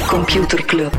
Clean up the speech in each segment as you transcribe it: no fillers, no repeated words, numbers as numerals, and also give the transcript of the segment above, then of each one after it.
Computer Club.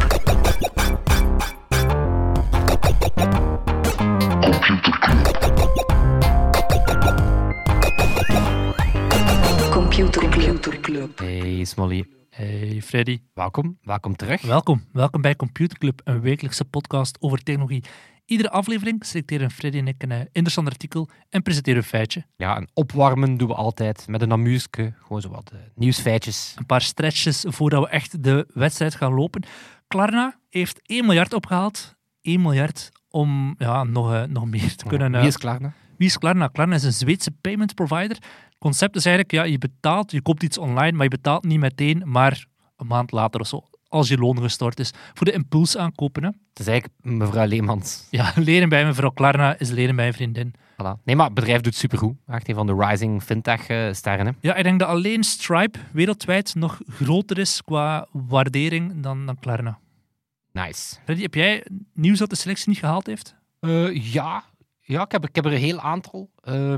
Computer Club. Hey Smolly. Hey Freddy. Welkom terug. Welkom bij Computer Club, een wekelijkse podcast over technologie. Iedere aflevering selecteren Freddy en ik een interessant artikel en presenteren een feitje. Ja, en opwarmen doen we altijd met een amuske, gewoon zo wat nieuwsfeitjes. Een paar stretches voordat we echt de wedstrijd gaan lopen. Klarna heeft 1 miljard opgehaald. 1 miljard om nog meer te kunnen... Wie is Klarna? Wie is Klarna? Klarna is een Zweedse payment provider. Het concept is eigenlijk, je koopt iets online, maar je betaalt niet meteen, maar een maand later of zo, als je loon gestort is. Voor de impulsaankopen. Hè. Het is eigenlijk mevrouw Leemans. Ja, leren bij mevrouw Klarna is leren bij een vriendin. Voilà. Nee, maar het bedrijf doet supergoed. Echt een van de rising fintech-sterren. Hè? Ja, ik denk dat alleen Stripe wereldwijd nog groter is qua waardering dan Klarna. Nice. Freddy, heb jij nieuws dat de selectie niet gehaald heeft? Ja, ik heb er een heel aantal.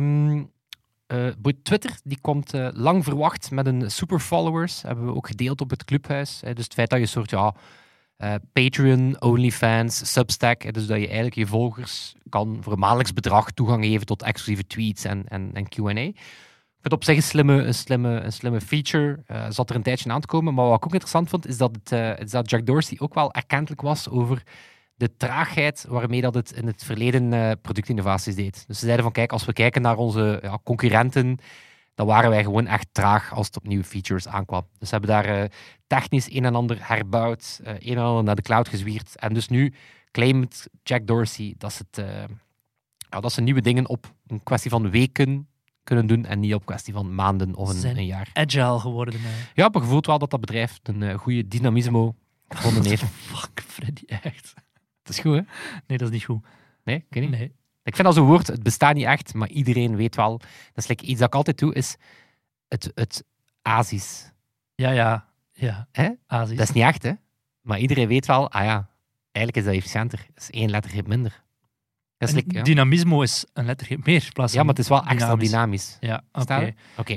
Twitter die komt lang verwacht met een super followers. Hebben we ook gedeeld op het clubhuis. Dus het feit dat je een soort Patreon, OnlyFans, Substack, dus dat je eigenlijk je volgers kan voor een maandelijks bedrag toegang geven tot exclusieve tweets en Q&A. Ik vind het op zich een slimme feature. Zat er een tijdje aan te komen. Maar wat ik ook interessant vond, is dat Jack Dorsey ook wel erkentelijk was over de traagheid waarmee dat het in het verleden productinnovaties deed. Dus ze zeiden van, kijk, als we kijken naar onze concurrenten, dan waren wij gewoon echt traag als het op nieuwe features aankwam. Dus ze hebben daar technisch een en ander herbouwd, een en ander naar de cloud gezwierd. En dus nu claimt Jack Dorsey dat ze nieuwe dingen op een kwestie van weken kunnen doen en niet op kwestie van maanden of een jaar. Agile geworden. Ja, maar je voelt wel dat bedrijf een goede dynamismo gevonden heeft. Fuck, Freddy, echt. Dat is goed, hè? Nee, dat is niet goed. Nee, ik weet niet. Nee. Ik vind dat zo'n woord, het bestaat niet echt, maar iedereen weet wel. Dat is like iets dat ik altijd doe, is het ASIS. Ja. Hè? ASIS. Dat is niet echt, hè? Maar iedereen weet wel, eigenlijk is dat efficiënter. Dat is 1 lettergreep minder. Dat is Dynamismo is een lettergreep meer. Ja, maar het is wel extra dynamisch. Ja, oké. Oké.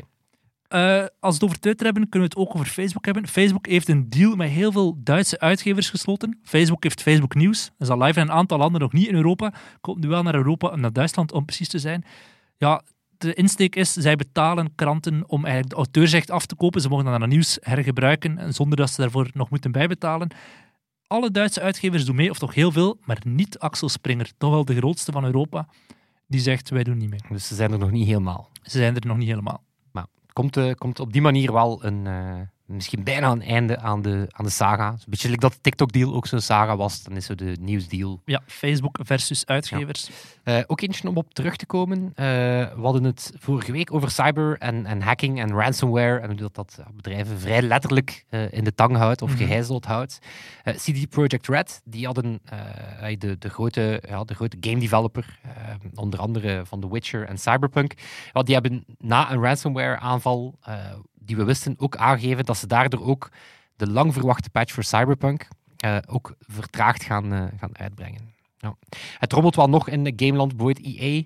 Als we het over Twitter hebben, kunnen we het ook over Facebook hebben. Facebook heeft een deal met heel veel Duitse uitgevers gesloten. Facebook heeft Facebook Nieuws. Dat is al live in een aantal landen, nog niet in Europa. Komt nu wel naar Europa en naar Duitsland, om precies te zijn. Ja, de insteek is, zij betalen kranten om eigenlijk de auteursrecht af te kopen. Ze mogen dan nieuws hergebruiken, zonder dat ze daarvoor nog moeten bijbetalen. Alle Duitse uitgevers doen mee, of toch heel veel, maar niet Axel Springer, toch wel de grootste van Europa, die zegt, wij doen niet mee. Dus ze zijn er nog niet helemaal. Ze zijn er nog niet helemaal. Komt op die manier wel misschien bijna een einde aan de saga. Een beetje like dat de TikTok-deal ook zo'n saga was. Dan is zo de nieuwsdeal. Ja, Facebook versus uitgevers. Ja. Ook eentje om op terug te komen. We hadden het vorige week over cyber en hacking en ransomware. En hoe dat bedrijven vrij letterlijk in de tang houdt of gegijzeld houdt. CD Projekt Red, die hadden de grote game developer, onder andere van The Witcher en Cyberpunk. Die hebben na een ransomware aanval die we wisten ook aangegeven dat ze daardoor ook de lang verwachte patch voor Cyberpunk ook vertraagd gaan uitbrengen. Ja. Het rommelt wel nog in de Gameland, bijvoorbeeld EA.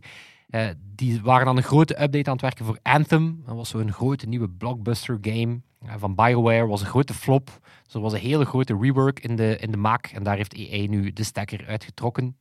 Die waren aan een grote update aan het werken voor Anthem. Dat was zo'n grote nieuwe blockbuster game van BioWare. Was een grote flop. Dus er was een hele grote rework in de maak. En daar heeft EA nu de stekker uitgetrokken.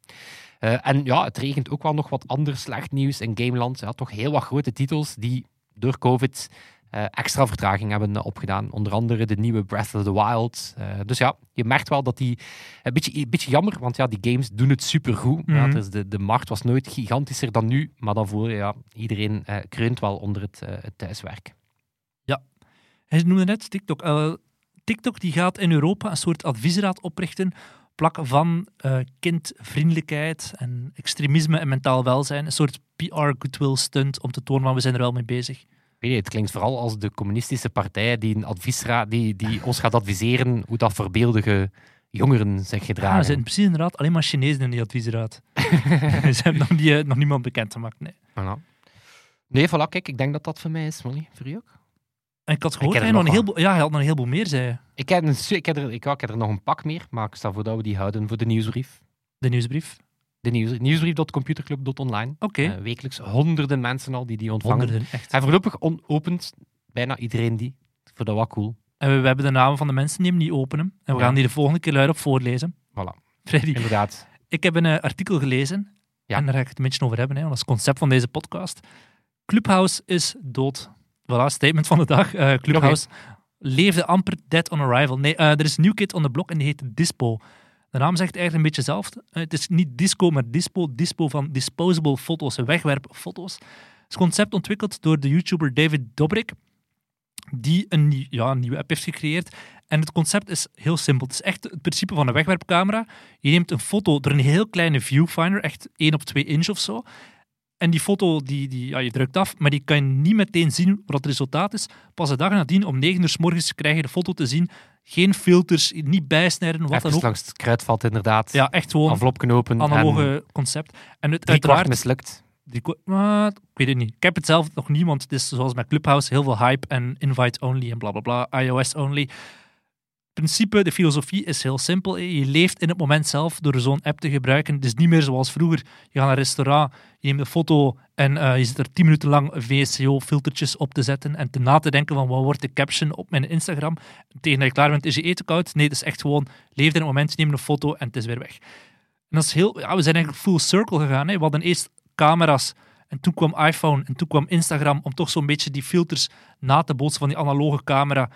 En ja, het regent ook wel nog wat ander slecht nieuws in Gameland. Ja, toch heel wat grote titels die door COVID extra vertraging hebben opgedaan. Onder andere de nieuwe Breath of the Wild. Dus ja, je merkt wel dat die... Een beetje jammer, want ja, die games doen het supergoed. Ja, dus de markt was nooit gigantischer dan nu, maar dan voel je, iedereen kreunt wel onder het thuiswerk. Ja, hij noemde net TikTok. TikTok die gaat in Europa een soort adviesraad oprichten, plak van kindvriendelijkheid en extremisme en mentaal welzijn. Een soort PR goodwill stunt om te tonen van we zijn er wel mee bezig. Het klinkt vooral als de communistische partij die een adviesraad, die ons gaat adviseren hoe dat voorbeeldige jongeren zich gedragen. Ja, er zijn precies inderdaad alleen maar Chinezen in die adviesraad. Ze hebben nog niemand bekendgemaakt. Nee. Voilà. Nee, voilà, kijk, ik denk dat dat voor mij is, Molly. Voor u ook? En ik had gehoord, hij had nog een heleboel meer, zei je. Ik heb er nog een pak meer, maar ik stel voor dat we die houden voor de nieuwsbrief. De nieuwsbrief? De nieuwsbrief.computerclub.online. Okay. Wekelijks honderden mensen al die ontvangen. Honderden, echt. En voorlopig opent bijna iedereen die. Ik vind dat wel cool. En we hebben de namen van de mensen die hem niet openen. En we Ja. gaan die de volgende keer luidop voorlezen. Voilà, Freddy, inderdaad. ik heb een artikel gelezen. Ja. En daar ga ik het een beetje over hebben. Want dat is het concept van deze podcast. Clubhouse is dood. Voilà, statement van de dag. Clubhouse leefde amper dead on arrival. Nee, er is een nieuw kid on the block en die heet Dispo. De naam zegt eigenlijk een beetje zelf. Het is niet disco, maar dispo. Dispo van disposable foto's, wegwerpfoto's. Het is concept ontwikkeld door de YouTuber David Dobrik, die een nieuwe app heeft gecreëerd. En het concept is heel simpel. Het is echt het principe van een wegwerpcamera. Je neemt een foto door een heel kleine viewfinder, echt 1 op 2 inch of zo. En die foto, je drukt af, maar die kan je niet meteen zien wat het resultaat is. Pas de dag nadien, om 9 uur 's morgens, krijg je de foto te zien. Geen filters, niet bijsneden, wat Even dan ook. langs het kruidvat, inderdaad. Ja, echt gewoon Envelop knopen. analoge concept. En het 3/4 uiteraard... mislukt. Ik weet het niet. Ik heb het zelf nog niet, want het is zoals met Clubhouse heel veel hype en invite-only en blablabla, iOS-only. Het principe, de filosofie is heel simpel. Je leeft in het moment zelf door zo'n app te gebruiken. Het is niet meer zoals vroeger. Je gaat naar een restaurant, je neemt een foto en je zit er 10 minuten lang VSCO-filtertjes op te zetten en na te denken van wat wordt de caption op mijn Instagram. Tegen dat je klaar bent, is je eten koud. Nee, het is echt gewoon, leef in het moment, neem een foto en het is weer weg. En dat is we zijn eigenlijk full circle gegaan. We hadden eerst camera's en toen kwam iPhone en toen kwam Instagram om toch zo'n beetje die filters na te bootsen van die analoge camera.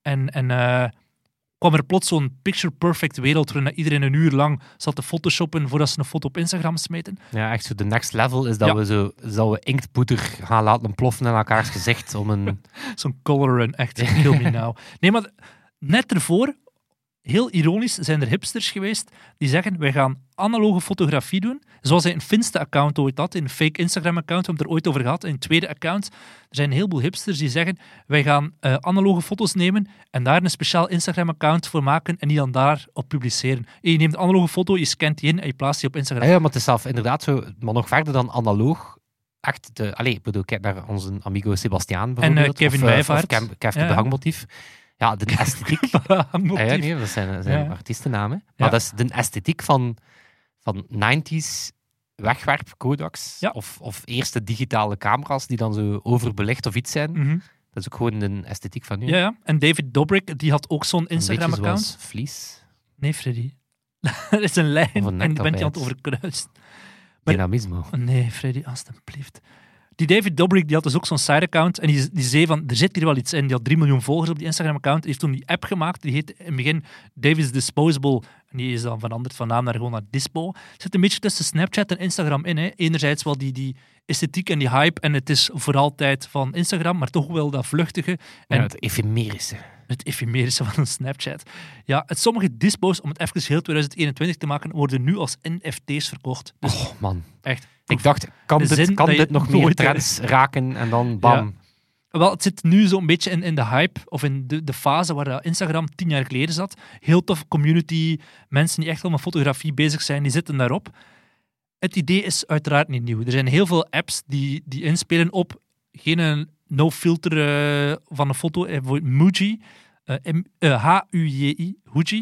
En kwam er plots zo'n picture-perfect wereld waarin iedereen een uur lang zat te photoshoppen voordat ze een foto op Instagram smeten. Ja, echt zo de next level is dat we inktpoeder gaan laten ploffen in elkaars gezicht om een... Zo'n color run, echt, kill me now. Nee, maar net ervoor, heel ironisch, zijn er hipsters geweest die zeggen, wij gaan analoge fotografie doen, zoals hij een Finsta-account ooit had, een fake Instagram-account, we hebben het er ooit over gehad, een tweede account. Er zijn een heleboel hipsters die zeggen, wij gaan analoge foto's nemen en daar een speciaal Instagram-account voor maken en die dan daarop publiceren. En je neemt een analoge foto, je scant die in en je plaatst die op Instagram. Ja, maar het is zelf inderdaad zo, maar nog verder dan analoog. Echt, ik bedoel, kijk naar onze amigo Sebastiaan bijvoorbeeld. En Kevin of Wijvaart. Kevin de Hangmotief. Ja, de esthetiek. Hangmotief. Dat zijn artiestennamen. Maar Ja. dat is de esthetiek van 90s wegwerp Kodaks. Ja. Of eerste digitale camera's die dan zo overbelicht of iets zijn. Mhm. Dat is ook gewoon de esthetiek van nu. Ja. En David Dobrik, die had ook zo'n Een beetje Instagram-account. zoals Vlies. Nee, Freddy. Dat is een lijn Of een en die bent je aan het nektapijt. overkruisen. Maar- Dynamismo. Nee, Freddy, alstublieft. Die David Dobrik die had dus ook zo'n side-account en die zei van, er zit hier wel iets in. Die had 3 miljoen volgers op die Instagram-account. Die heeft toen die app gemaakt, die heet in het begin David's Disposable. En die is dan veranderd van naam naar gewoon naar Dispo. Zit een beetje tussen Snapchat en Instagram in. Hè. Enerzijds wel die esthetiek en die hype en het is voor altijd van Instagram, maar toch wel dat vluchtige. En Ja, het efemerische. het efemerische van een Snapchat. Ja, sommige dispo's, om het even heel 2021 te maken, worden nu als NFT's verkocht. Dus Oh man. echt. Ik dacht, kan De zin dit dat je nog meer nooit trends raken en dan bam. Wel, het zit nu zo'n beetje in de hype, of in de fase waar Instagram 10 jaar geleden zat. Heel tof community, mensen die echt wel met fotografie bezig zijn, die zitten daarop. Het idee is uiteraard niet nieuw. Er zijn heel veel apps die inspelen op geen no-filter van een foto. Bijvoorbeeld Muji, Huji, Huji.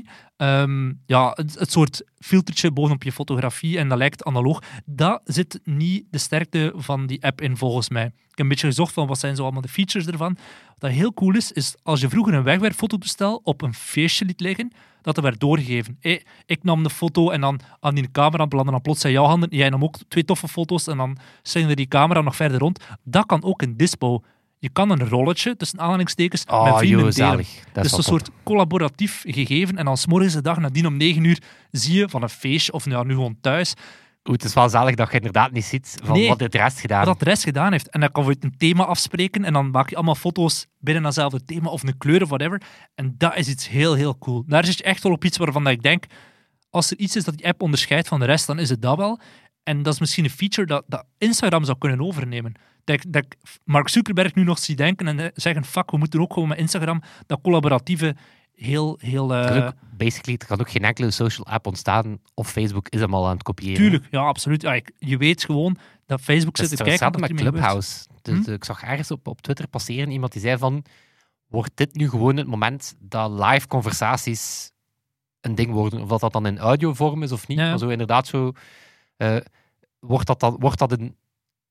Het soort filtertje bovenop je fotografie en dat lijkt analoog. Dat zit niet de sterkte van die app in, volgens mij. Ik heb een beetje gezocht van wat zijn zo allemaal de features ervan. Wat heel cool is als je vroeger een wegwerpfototoestel op een feestje liet liggen, dat werd doorgegeven. Ik nam de foto en dan aan die camera belandde dan plots in jouw handen. Jij nam ook 2 toffe foto's en dan slingerde die camera nog verder rond. Dat kan ook in Dispo. Je kan een rolletje, tussen aanhalingstekens, met vrienden delen. Zalig. Dat Dus is een wel soort collaboratief gegeven. En dan 's morgens de dag nadien om 9 uur zie je van een feestje, of nu gewoon thuis, het is wel zalig dat je inderdaad niet ziet van Nee. wat de rest gedaan wat dat de rest gedaan heeft. En dan kan je een thema afspreken en dan maak je allemaal foto's binnen datzelfde thema of een kleur of whatever. En dat is iets heel, heel cool. Daar zit je echt wel op iets waarvan dat ik denk, als er iets is dat die app onderscheidt van de rest, dan is het dat wel. En dat is misschien een feature dat Instagram zou kunnen overnemen. Dat ik Mark Zuckerberg nu nog zie denken en zeggen, fuck, we moeten ook gewoon met Instagram dat collaboratieve heel... Basically, er kan ook geen enkele social app ontstaan of Facebook is hem al aan het kopiëren. Tuurlijk, ja, absoluut. Ja, je weet gewoon dat Facebook zit te kijken hetzelfde wat er met mee gebeurt. Clubhouse. Dus, ik zag ergens op Twitter passeren iemand die zei van, wordt dit nu gewoon het moment dat live conversaties een ding worden? Of dat dan in audiovorm is of niet. Ja. Maar zo inderdaad zo... wordt dat een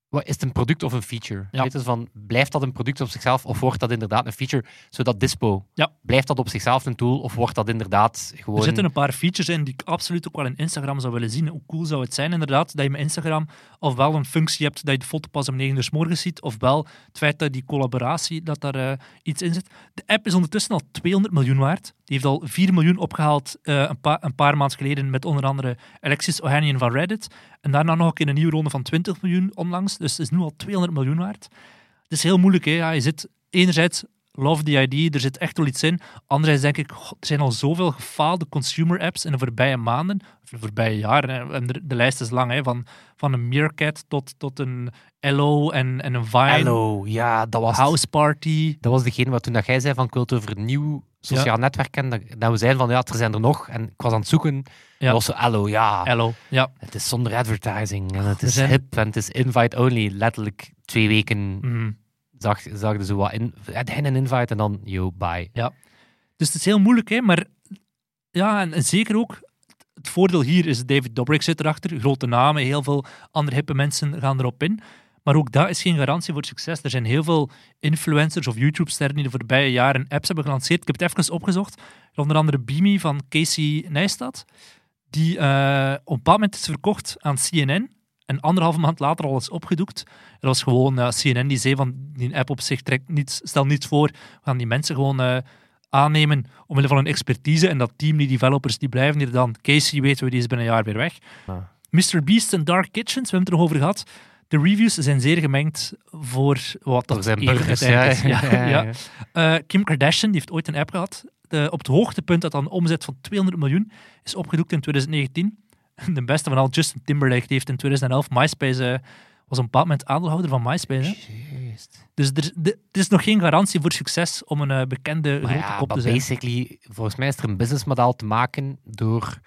Is het een product of een feature? Ja. Weet je, van, blijft dat een product op zichzelf of wordt dat inderdaad een feature? Zodat Dispo, Ja. blijft dat op zichzelf een tool of wordt dat inderdaad gewoon... Er zitten een paar features in die ik absoluut ook wel in Instagram zou willen zien. Hoe cool zou het zijn inderdaad, dat je met Instagram ofwel een functie hebt dat je de foto pas om 9 uur 's morgens ziet, ofwel het feit dat die collaboratie, dat daar iets in zit. De app is ondertussen al 200 miljoen waard. Die heeft al 4 miljoen opgehaald een paar maanden geleden met onder andere Alexis Ohanian van Reddit. En daarna nog een keer een nieuwe ronde van 20 miljoen onlangs. Dus het is nu al 200 miljoen waard. Het is heel moeilijk. Hè? Ja, je zit enerzijds... Love the idea, er zit echt wel iets in. Anderzijds denk ik, er zijn al zoveel gefaalde consumer apps in de voorbije maanden, of de voorbije jaren. Hè. En de lijst is lang, hè. Van een Meerkat tot een Ello en een Vine. Hello, ja, dat was... House Party. Dat was degene wat toen dat jij zei van ik wil het over een nieuw sociaal netwerk hebben, dat we zeiden van ja, er zijn er nog. En ik was aan het zoeken. Dat was zo Hello, ja. Ello, ja. Het is zonder advertising en het is zijn- hip en het is invite only. Letterlijk 2 weken Mhm. zag je zo wat in. Een invite en dan yo, bye. Dus het is heel moeilijk, hè. Maar ja, en zeker ook... Het voordeel hier is David Dobrik zit erachter. Grote namen, heel veel andere hippe mensen gaan erop in. Maar ook dat is geen garantie voor succes. Er zijn heel veel influencers of YouTube-sterren die de voorbije jaren apps hebben gelanceerd. Ik heb het even opgezocht. Onder andere Beamy van Casey Neistat. Die op een bepaald moment is verkocht aan CNN. En 1,5 maand later al is opgedoekt. Dat was gewoon CNN die zei van die app op zich stel niets voor. We gaan die mensen gewoon aannemen omwille van hun expertise. En dat team, die developers, die blijven hier dan. Casey, weten we, die is binnen een jaar weer weg. Ah. MrBeast en Dark Kitchens, we hebben het er nog over gehad. De reviews zijn zeer gemengd voor wat Voor dat zijn even burgers, uiteindelijk is. ja. Kim Kardashian die heeft ooit een app gehad. Op het hoogtepunt dat dan een omzet van 200 miljoen is opgedoekt in 2019. De beste van al, Justin Timberlake, die heeft in 2011 MySpace... was op een bepaald moment aandeelhouder van MySpace. Hè? Juist. Dus er is nog geen garantie voor succes om een bekende Maar grote ja, kop te maar zijn. basically, volgens mij is er een businessmodel te maken door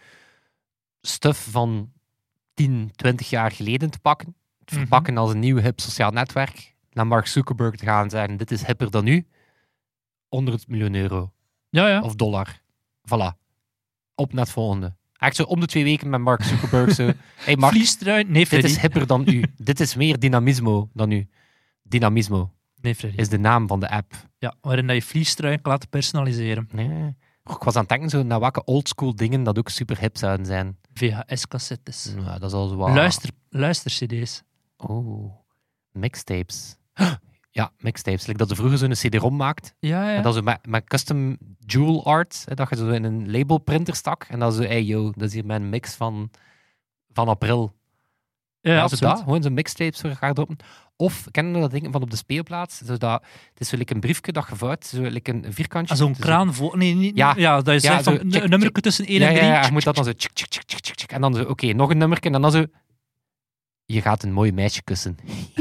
stuff van 10, 20 jaar geleden te pakken. Te verpakken als een nieuw hip sociaal netwerk. Naar Mark Zuckerberg te gaan en zeggen, dit is hipper dan u. 100 miljoen euro. Ja. Of dollar. Voilà. Op naar het volgende. Echt zo om de 2 weken met Mark Zuckerberg zo. Hey Mark, Vliestruin. Nee, dit Freddy. is hipper dan u. Dit is meer dynamismo dan u. Dynamismo Nee, Freddy. is de naam van de app. Ja, waarin dat je vliestruin kan laten personaliseren. Nee. Ik was aan het denken zo, naar welke oldschool dingen dat ook super hip zouden zijn. VHS-cassettes. Ja, dat is al zo wat... Luister-cd's. Oh, mixtapes. Ja, mixtapes. Like dat ze vroeger zo'n CD-ROM maakt. Ja. En dat zo met custom jewel art. Hè, dat je zo in een labelprinter stak. En dan zo, hey yo, dat is hier mijn mix van april. Ja, zo absoluut. dat, gewoon zo'n mixtapes zo ga droppen. Of, ken je dat ding van op de speelplaats? Zodat, het is zo like een briefje dat je vouwt, zo like een vierkantje. Zo'n Dus kraan voor... Nee, niet... Ja. Ja, dat is Ja, echt zo van check, een nummerke tussen 1 en 3. Ja, je moet dat dan zo... Tsk, tsk, tsk, tsk, tsk, tsk, en dan zo, oké, nog een nummerke. En dan zo... Je gaat een mooi meisje kussen.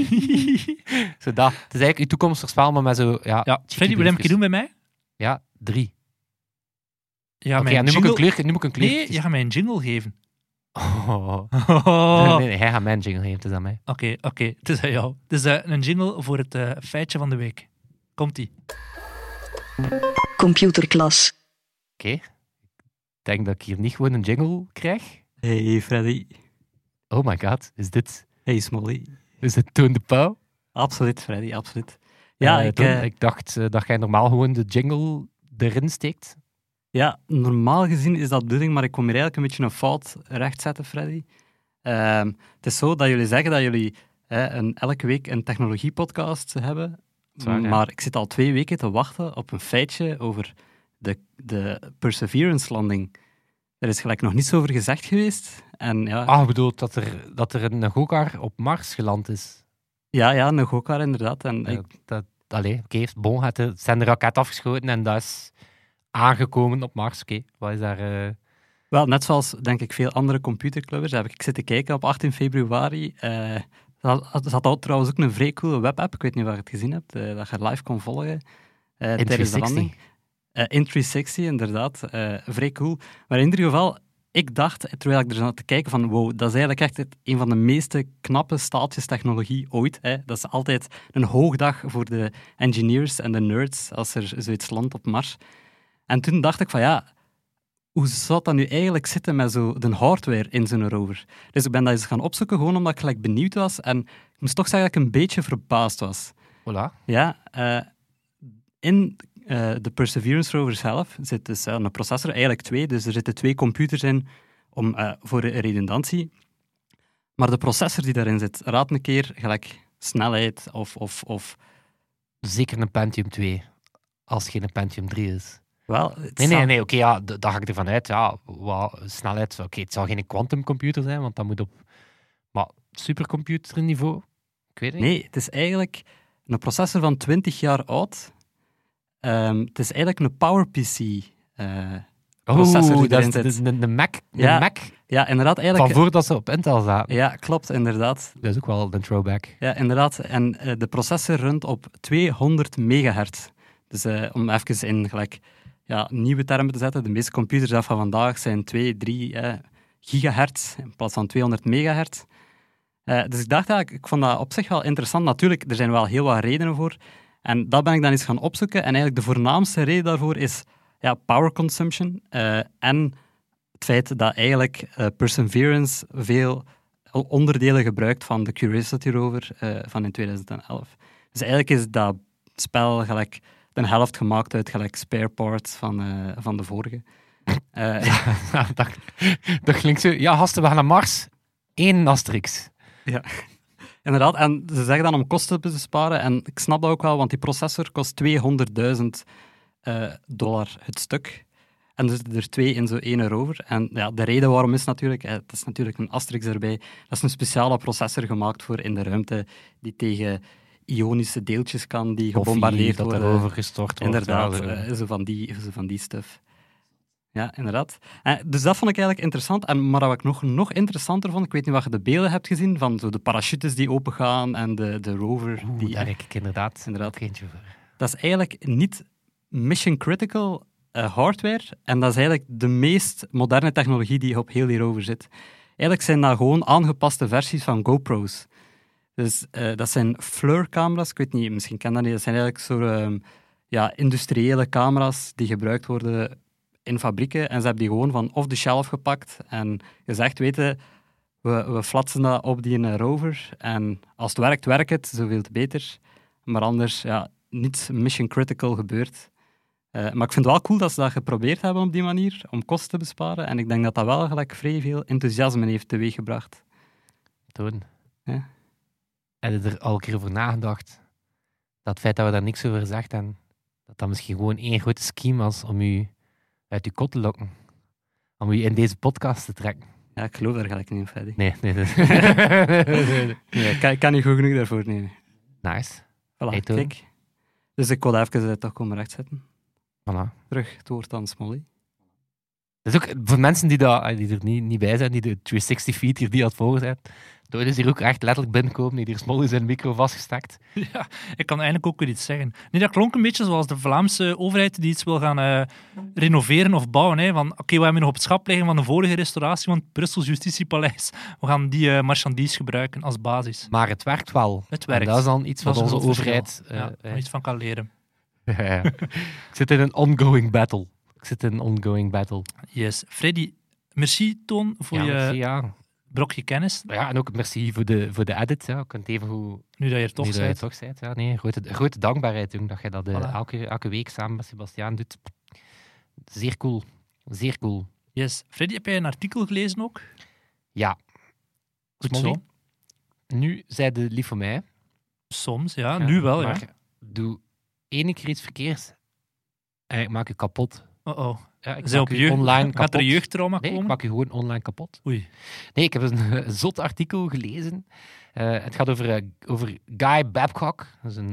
Zo dat. Het is eigenlijk je toekomstig spel, maar met zo... Ja, Ja, Freddy, wil je hem een keer doen bij mij? Ja, 3. Ja, Oké, nu moet ik een kleur. Nee, je gaat mij een jingle geven. Oh. Nee, hij gaat mijn jingle geven, het is aan mij. Oké, het is aan jou. Het is een jingle voor het feitje van de week. Komt-ie. Computerklas. Oké. Ik denk dat ik hier niet gewoon een jingle krijg. Hey Freddy. Oh my god, is dit Hey Smolly. Toon de Pauw? Absoluut Freddy, absoluut. Ja, Toon, ik dacht dat jij normaal gewoon de jingle erin steekt. ja, normaal gezien is dat de bedoeling, maar ik kom hier eigenlijk een beetje een fout rechtzetten, Freddy. Het is zo dat jullie zeggen dat jullie elke week een technologiepodcast hebben, Zwaar, ja. maar ik zit al 2 weken te wachten op een feitje over de Perseverance-landing. Er is gelijk nog niets over gezegd geweest. En ja, Ah, ik bedoel dat er een gokar op Mars geland is. ja, een gokar inderdaad. En Zijn de raket afgeschoten en dat is aangekomen op Mars. Oké, wat is daar... Wel, net zoals denk ik veel andere computerclubbers heb ik zitten kijken op 18 februari. Er zat trouwens ook een vrij coole webapp, ik weet niet waar je het gezien hebt, dat je live kon volgen tijdens de landing. In360, inderdaad. Vrij cool. Maar in ieder geval, ik dacht, terwijl ik er zat te kijken van wow, dat is eigenlijk echt een van de meeste knappe staaltjes technologie ooit. Hè. Dat is altijd een hoogdag voor de engineers en de nerds als er zoiets landt op Mars. En toen dacht ik van ja, hoe zou dat nu eigenlijk zitten met zo de hardware in zo'n rover? Dus ik ben dat eens gaan opzoeken, gewoon omdat ik gelijk benieuwd was. En ik moest toch zeggen dat ik een beetje verbaasd was. Voilà. Ja, in de Perseverance rover zelf zit dus een processor, eigenlijk 2. Dus er zitten 2 computers in voor redundantie. Maar de processor die daarin zit, raad een keer gelijk snelheid of... Zeker een Pentium 2. Als het geen Pentium 3 is. Wel, Nee, oké, ja, daar ga ik ervan uit. Ja, wat snelheid. Oké, het zal geen quantumcomputer zijn, want dat moet op supercomputerniveau. Ik weet het niet. Nee, het is eigenlijk een processor van 20 jaar oud. Het is eigenlijk een PowerPC processor die dat erin is zit. de Mac, Ja, Mac Ja, inderdaad. van Eigenlijk, voordat ze op Intel zaten. ja, klopt, inderdaad. Dat is ook wel een throwback. Ja, inderdaad. En de processor runt op 200 megahertz. Dus om even in gelijk, nieuwe termen te zetten, de meeste computers van vandaag zijn 2, 3 gigahertz in plaats van 200 megahertz. Dus ik dacht eigenlijk, ik vond dat op zich wel interessant. Natuurlijk, er zijn wel heel wat redenen voor. En dat ben ik dan eens gaan opzoeken. En eigenlijk de voornaamste reden daarvoor is power consumption. En het feit dat eigenlijk Perseverance veel onderdelen gebruikt van de Curiosity rover van in 2011. Dus eigenlijk is dat spel gelijk de helft gemaakt uit gelijk spare parts van de vorige. Dat klinkt zo. Ja, gasten, we gaan naar Mars. 1 asterix. Ja, inderdaad. En ze zeggen dan om kosten te besparen. En ik snap dat ook wel, want die processor kost $200.000 het stuk. En dus er 2 in zo'n ene rover. En ja, de reden waarom is natuurlijk, het is natuurlijk een asterix erbij, dat is een speciale processor gemaakt voor in de ruimte, die tegen ionische deeltjes kan, die gebombardeerd dat worden. erover gestort wordt. Inderdaad, Ja, zo van die stuff. Ja, inderdaad. Dus dat vond ik eigenlijk interessant. Maar wat ik nog interessanter vond, ik weet niet of je de beelden hebt gezien, van zo de parachutes die opengaan en de rover. daar heb ik inderdaad ook eentje voor. Dat is eigenlijk niet mission-critical hardware. En dat is eigenlijk de meest moderne technologie die op heel die rover zit. Eigenlijk zijn dat gewoon aangepaste versies van GoPro's. Dus dat zijn FLIR-camera's. Ik weet niet, misschien ken dat niet. Dat zijn eigenlijk soort industriële camera's die gebruikt worden in fabrieken. En ze hebben die gewoon van off the shelf gepakt en gezegd, weten, we flatsen dat op die rover. En als het werkt, werkt het. Zoveel te beter. Maar anders, niets mission-critical gebeurt. Maar ik vind het wel cool dat ze dat geprobeerd hebben op die manier, om kosten te besparen. En ik denk dat dat wel gelijk vrij veel enthousiasme heeft teweeggebracht. Toon. Ja. Heb je er al een keer over nagedacht? Dat het feit dat we daar niks over gezegd hebben, dat misschien gewoon één grote scheme was om u uit uw kot te lokken. Om u in deze podcast te trekken. Ja, ik geloof daar gelijk niet in, Freddy. Nee. Ik kan niet goed genoeg daarvoor nemen. Nice. Voilà, Hey, Toon. kijk. Dus ik wil even toch komen rechtzetten. Voilà. Terug het woord aan Smolly. Dat is ook voor mensen die er niet bij zijn, die de 360 feet hier die aan het volgen zijn. Toen is hier ook echt letterlijk binnenkomen, die hier Smolly zijn micro vastgestakt. Ja, ik kan eigenlijk ook weer iets zeggen. Nee, dat klonk een beetje zoals de Vlaamse overheid die iets wil gaan renoveren of bouwen. Hè. Van, oké, we hebben nog op het schap liggen van de vorige restauratie van het Brussels Justitiepaleis. We gaan die marchandise gebruiken als basis. Maar het werkt wel. Het werkt. En dat is dan iets wat Dat is een onze groot overheid... verschil. Waar iets van kan leren. Ja. Ik zit in een ongoing battle. Yes. Freddy, merci Toon voor je merci, ja. brokje kennis. Ja, en ook merci voor de edit. Ja. Ik kan het even goed... Nu dat je er toch nu dat je bent. toch bent. Ja, nee, grote dankbaarheid doen dat je dat Voilà. elke week samen met Sebastiaan doet. Zeer cool. Zeer cool. Yes. Freddy, heb jij een artikel gelezen ook? Ja. Goed Smolly, zo. nu zei de lief voor mij. Soms, ja. Nu wel, ja. Maar doe één keer iets verkeers en ik maak je kapot. Oh. Ja, ik Zijn maak op je online Gaat kapot. er jeugdtrauma Nee, ik komen? maak je gewoon online kapot. Oei. Nee, ik heb een zot artikel gelezen. Het gaat over Guy Babcock. Dat is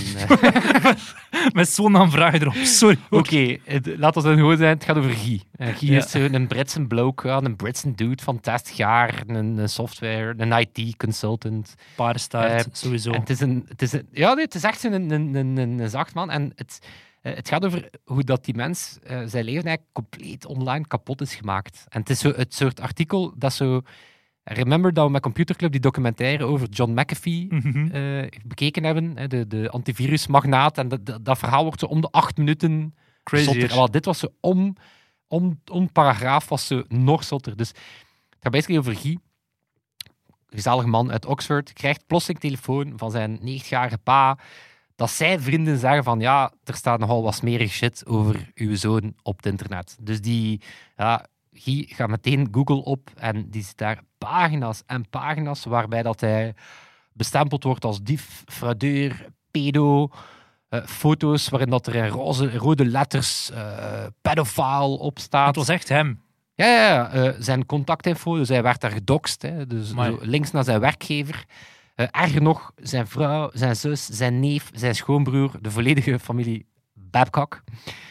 Met zo'n naam vraag je erop. Sorry. Oké, laat ons dan gewoon zijn. Het gaat over Guy. Guy Ja. is een Britse bloke, een Britse dude van 60 jaar, een software, een IT-consultant. Paardenstaart, sowieso. En het is echt een zacht man. En het gaat over hoe dat die mens zijn leven eigenlijk compleet online kapot is gemaakt. En het is zo het soort artikel dat zo... Remember dat we met Computerclub die documentaire over John McAfee bekeken hebben, hè, de antivirusmagnaat. En dat verhaal wordt zo om de 8 minuten Crazy. zotter. Wel, dit was zo om om paragraaf was ze nog zotter. Dus het gaat basically over Guy, gezellige man uit Oxford, krijgt plotseling telefoon van zijn 90-jarige pa, dat zijn vrienden zeggen van ja, er staat nogal wat smerig shit over uw zoon op het internet. Dus Guy gaat meteen Google op en die ziet daar pagina's en pagina's waarbij dat hij bestempeld wordt als dief, fraudeur, pedo, foto's waarin dat er in rode letters pedofiel op staat. Het was echt hem. Ja, zijn contactinfo, dus hij werd daar gedoxt. Hè, dus zo links naar zijn werkgever. Erger nog, zijn vrouw, zijn zus, zijn neef, zijn schoonbroer, de volledige familie Babcock.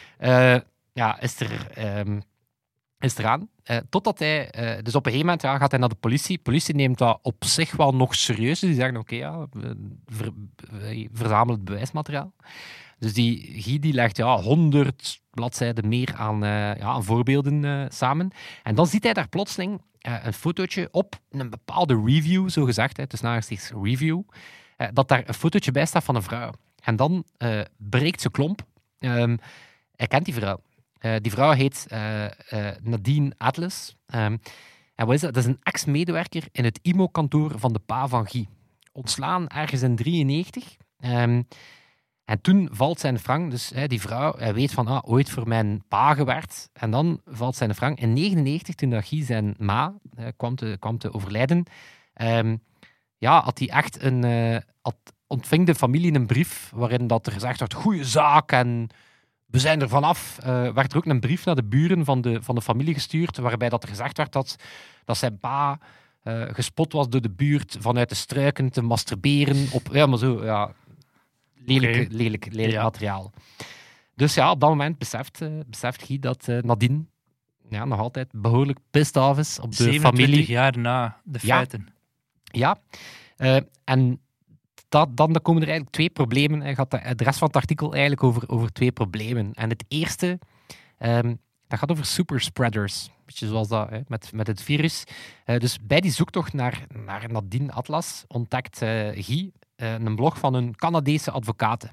Is eraan. Totdat hij... dus op een gegeven moment gaat hij naar de politie. De politie neemt dat op zich wel nog serieus. Dus die zeggen, oké, verzamel het bewijsmateriaal. Dus die Guy die legt 100 bladzijden meer aan voorbeelden samen. En dan ziet hij daar plotseling een fotootje op een bepaalde review, zo gezegd, het is namelijk review, dat daar een fotootje bij staat van een vrouw. En dan breekt ze klomp. Hij kent die vrouw. Die vrouw heet Nadine Atlas. En wat is dat? Dat is een ex-medewerker in het IMO-kantoor van de pa van Guy. Ontslaan ergens in 1993. En toen valt zijn frank, dus die vrouw, hij weet van, ooit voor mijn pa gewerkt. En dan valt zijn frank. In 1999, toen dat Guy zijn ma kwam te overlijden, had hij echt ontving de familie een brief waarin dat er gezegd werd, goeie zaak en we zijn er vanaf. Werd er ook een brief naar de buren van de familie gestuurd, waarbij dat er gezegd werd dat zijn pa gespot was door de buurt vanuit de struiken te masturberen op... Ja, maar zo, ja... Lelijk materiaal. Dus op dat moment beseft Guy dat Nadine nog altijd behoorlijk pissed off is op de 27 familie. jaar na de feiten. Ja. En dan komen er eigenlijk twee problemen. Hij gaat de rest van het artikel eigenlijk over twee problemen. En het eerste, dat gaat over superspreaders. Beetje zoals dat met het virus. Dus bij die zoektocht naar Nadine Atlas ontdekt Guy een blog van een Canadese advocaat.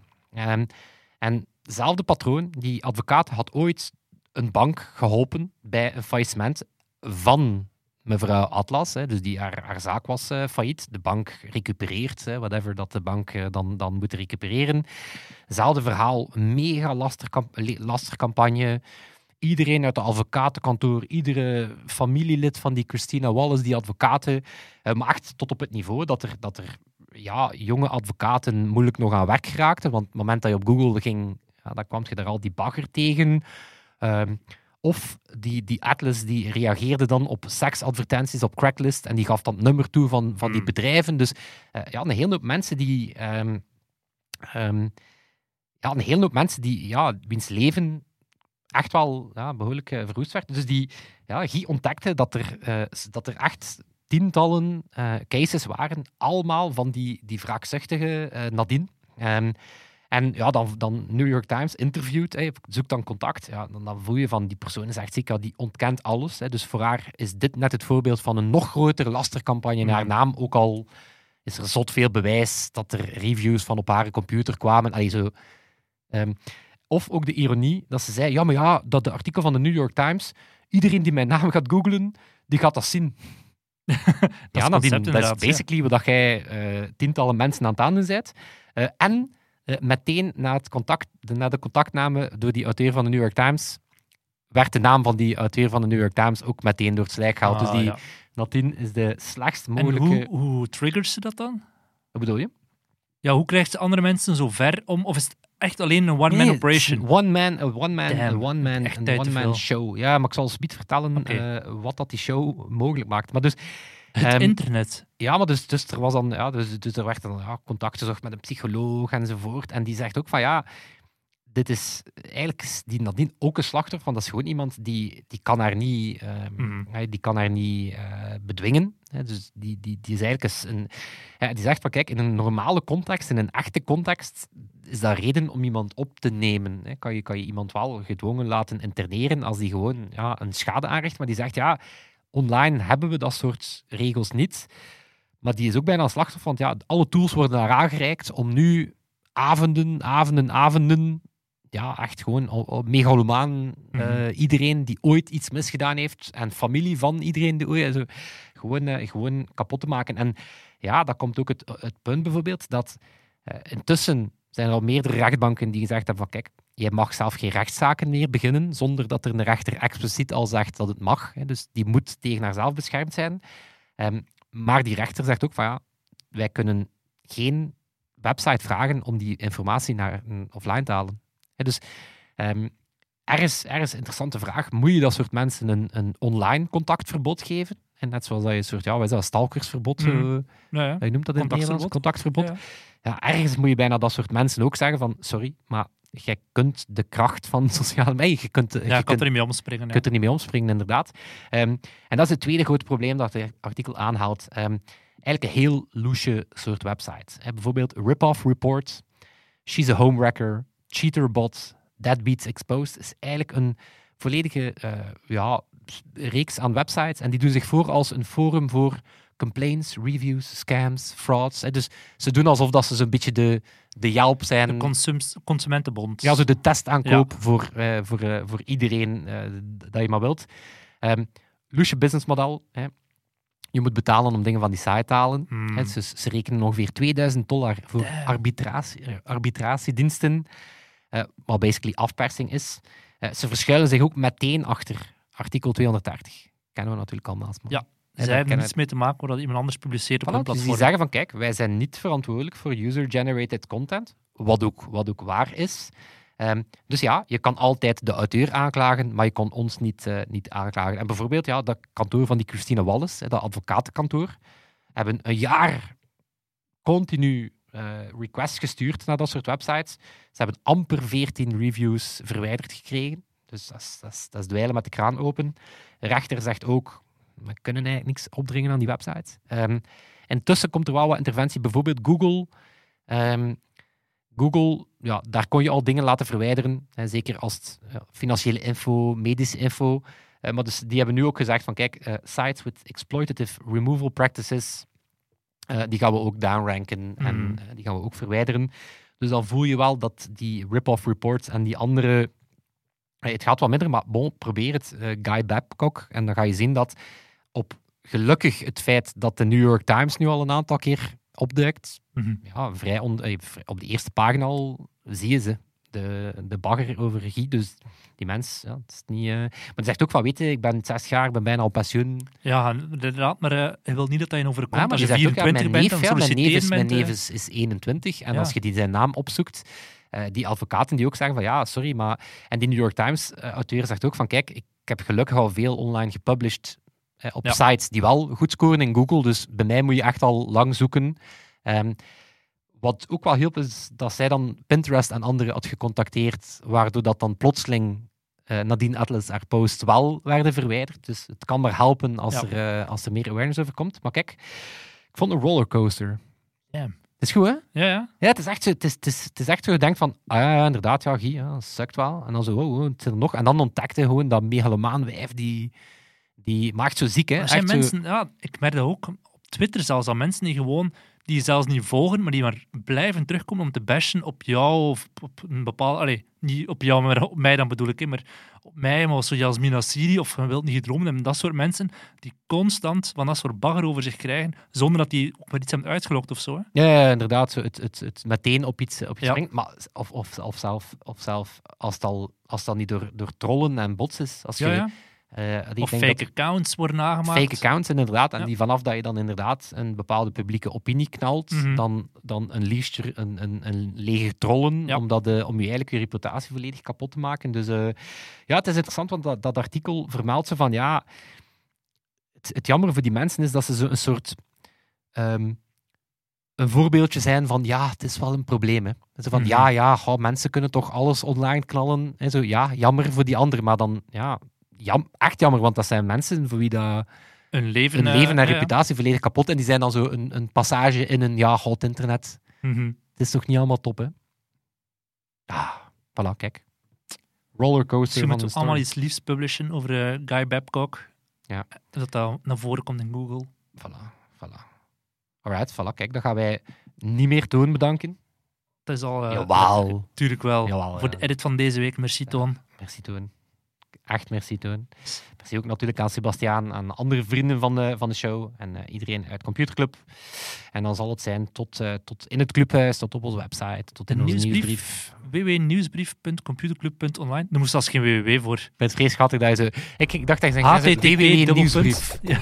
En hetzelfde patroon, die advocaat had ooit een bank geholpen bij een faillissement van mevrouw Atlas. Dus haar zaak was failliet. De bank recupereert, whatever dat de bank dan moet recupereren. Hetzelfde verhaal, mega lastercampagne. Iedereen uit de advocatenkantoor, iedere familielid van die Christina Wallace, die advocaten, maar echt tot op het niveau dat er jonge advocaten moeilijk nog aan werk geraakten. Want op het moment dat je op Google ging, dan kwam je daar al die bagger tegen. Of die Atlas die reageerde dan op seksadvertenties op Craigslist en die gaf dan het nummer toe van die bedrijven. Dus een hele hoop mensen die... een hele hoop mensen wiens leven echt wel behoorlijk verwoest werd. Dus Guy ontdekte dat er echt tientallen cases waren, allemaal van die wraakzuchtige Nadine. En dan New York Times interviewt, zoekt dan contact. Ja, dan voel je van die persoon is echt zeker, die ontkent alles. Dus voor haar is dit net het voorbeeld van een nog grotere lastercampagne naar haar naam. Ook al is er zot veel bewijs dat er reviews van op haar computer kwamen. Of ook de ironie dat ze zei, dat de artikel van de New York Times, iedereen die mijn naam gaat googlen, die gaat dat zien. Dat is basically wat jij tientallen mensen aan het aandoen bent. En meteen na de contactname door die auteur van de New York Times werd de naam van die auteur van de New York Times ook meteen door het slijk gehaald. Dus die Nadine is de slechtst mogelijke... En hoe triggert ze dat dan? Wat bedoel je? Ja, hoe krijgt ze andere mensen zo ver om... Of is het echt alleen een one-man operation? One man show. Ja, maar ik zal eens vertellen wat dat die show mogelijk maakt. Maar dus... Het internet. Ja, maar dus er was dan... Dus er werd dan contact gezocht met een psycholoog enzovoort. En die zegt ook van dit is... Eigenlijk is die Nadine ook een slachtoffer, want dat is gewoon iemand die kan haar niet... Die kan haar niet bedwingen. Dus die is eigenlijk die zegt van kijk, in een normale context, in een echte context, is dat reden om iemand op te nemen. Kan je iemand wel gedwongen laten interneren als die gewoon een schade aanricht. Maar die zegt online hebben we dat soort regels niet. Maar die is ook bijna een slachtoffer, want alle tools worden haar aangereikt om nu avonden echt gewoon megalomaan. Iedereen die ooit iets misgedaan heeft en familie van iedereen die ooit... Gewoon kapot te maken. En ja, dat komt ook het punt bijvoorbeeld dat intussen zijn er al meerdere rechtbanken die gezegd hebben van kijk, jij mag zelf geen rechtszaken meer beginnen zonder dat er een rechter expliciet al zegt dat het mag. Hè. Dus die moet tegen haarzelf beschermd zijn. Maar die rechter zegt ook van ja, wij kunnen geen website vragen om die informatie naar offline te halen. Hè, dus er is een interessante vraag. Moet je dat soort mensen een online contactverbod geven? En net zoals dat je een soort, wat is dat, stalkersverbod? Je noemt dat in het Nederlands? Contactverbod. Ja, ergens moet je bijna dat soort mensen ook zeggen van, sorry, maar jij kunt de kracht van sociale media... Je kunt er niet mee omspringen. Je kunt er niet mee omspringen, inderdaad. En dat is het tweede grote probleem dat het artikel aanhaalt. Eigenlijk een heel loesje soort websites. Bijvoorbeeld Rip-Off Report, She's a Homewrecker, Cheaterbot, Deadbeats Exposed. is eigenlijk een volledige reeks aan websites. En die doen zich voor als een forum voor complaints, reviews, scams, frauds. Dus ze doen alsof dat ze zo'n beetje de Yelp zijn. De consumentenbond. Ja, zo de testaankoop voor iedereen dat je maar wilt. Loesje businessmodel. Je moet betalen om dingen van die site te halen. Dus ze rekenen ongeveer $2000 voor arbitratiediensten. Wat basically afpersing is. Ze verschuilen zich ook meteen achter artikel 230. Kennen we natuurlijk allemaal. Ja. Zij hebben niets mee te maken waar iemand anders publiceert op een platform. Dus die zeggen van, kijk, wij zijn niet verantwoordelijk voor user-generated content, wat ook waar is. Dus ja, je kan altijd de auteur aanklagen, maar je kon ons niet aanklagen. En bijvoorbeeld, dat kantoor van die Christine Wallis, dat advocatenkantoor, hebben een jaar continu requests gestuurd naar dat soort websites. Ze hebben amper 14 reviews verwijderd gekregen. Dus dat is dweilen met de kraan open. De rechter zegt ook, we kunnen eigenlijk niks opdringen aan die website. Intussen komt er wel wat interventie. Bijvoorbeeld Google. Google, daar kon je al dingen laten verwijderen. Zeker als het financiële info, medische info. Maar dus die hebben nu ook gezegd van kijk, sites with exploitative removal practices, die gaan we ook downranken en die gaan we ook verwijderen. Dus dan voel je wel dat die rip-off reports en die andere... Het gaat wat minder, maar probeer het. Guy Babcock. En dan ga je zien dat gelukkig het feit dat de New York Times nu al een aantal keer opduikt, vrij op de eerste pagina al zie je ze. De bagger over regie. Dus die mens, het is niet... Maar hij zegt ook van, weet je, ik ben 60 jaar, ik ben bijna al pensioen. Ja, inderdaad, maar hij wil niet dat hij in overkomt. Maar als je 24 bent, dan solliciteer mijn neef is 21. En als je zijn naam opzoekt, die advocaten die ook zeggen van, ja, sorry, maar... En die New York Times-auteur zegt ook van, kijk, ik heb gelukkig al veel online gepublished op sites die wel goed scoren in Google, dus bij mij moet je echt al lang zoeken. Wat ook wel hielp, is dat zij dan Pinterest en anderen had gecontacteerd, waardoor dat dan plotseling Nadine Atlas haar posts wel werden verwijderd. Dus het kan maar helpen als er meer awareness over komt. Maar kijk, ik vond een rollercoaster. Ja. Het is goed, hè? Ja. Ja, het is echt zo, het is echt zo, je denkt van, inderdaad, dat sukt wel. En dan zo, het is er nog. En dan ontdekte je gewoon dat megalomaan wijf, die maakt zo ziek, hè? Echt mensen, ik merk dat ook op Twitter zelfs, dat mensen die je zelfs niet volgen, maar die maar blijven terugkomen om te bashen op jou of op een bepaalde... niet op jou, maar op mij dan bedoel ik, maar op mij, maar zo Jasmina Siri of Je wilt niet gedroomd hebben. Dat soort mensen die constant van dat soort bagger over zich krijgen, zonder dat die ook maar iets hebben uitgelokt of zo. Hè? Ja, inderdaad. Zo het meteen op iets springt. Maar of zelf als het al niet door trollen en bots is. Als je... of fake accounts worden nagemaakt. Fake accounts, inderdaad. En die vanaf dat je dan inderdaad een bepaalde publieke opinie knalt, dan een leger trollen, om je eigenlijk je reputatie volledig kapot te maken. Dus het is interessant, want dat artikel vermeldt ze van, het jammer voor die mensen is dat ze zo een soort... een voorbeeldje zijn van, het is wel een probleem. Hè. Zo van, mensen kunnen toch alles online knallen. En zo, jammer voor die anderen, maar dan... echt jammer, want dat zijn mensen voor wie dat hun leven en reputatie volledig kapot. En die zijn dan zo een passage in een hot internet. Het is toch niet allemaal top, hè? Voilà, kijk. Rollercoaster van de story. Allemaal iets liefs publishen over Guy Babcock. Ja. Dat naar voren komt in Google. Voilà. Alright, kijk, dat gaan wij niet meer doen, bedanken. Dat is al... Jawel. Tuurlijk wel. Jawel, Voor ja. de edit van deze week. Merci, Toon. Merci, Toon. Echt merci, Toon. Merci ook natuurlijk aan Sebastiaan, aan andere vrienden van de show en iedereen uit Computerclub. En dan zal het zijn tot in het clubhuis, tot op onze website, tot in onze nieuwsbrief. www.nieuwsbrief.computerclub.online. Er moest zelfs geen www voor. Ik ben vrees schattig dat je zo... Ik dacht dat je zei http://nieuwsbrief. Ja.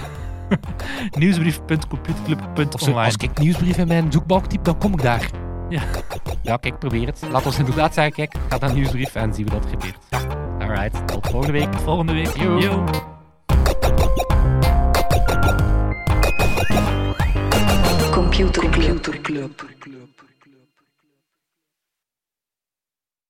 Nieuwsbrief.computerclub.online. Als ik nieuwsbrief in mijn zoekbalk typ, dan kom ik daar. Ja. Ja, kijk, probeer het. Laat ons inderdaad zeggen, kijk, ga naar nieuwsbrief en zien we dat het gebeurt. Alright, tot volgende week. Volgende week. Yo. Yo. Computer Club.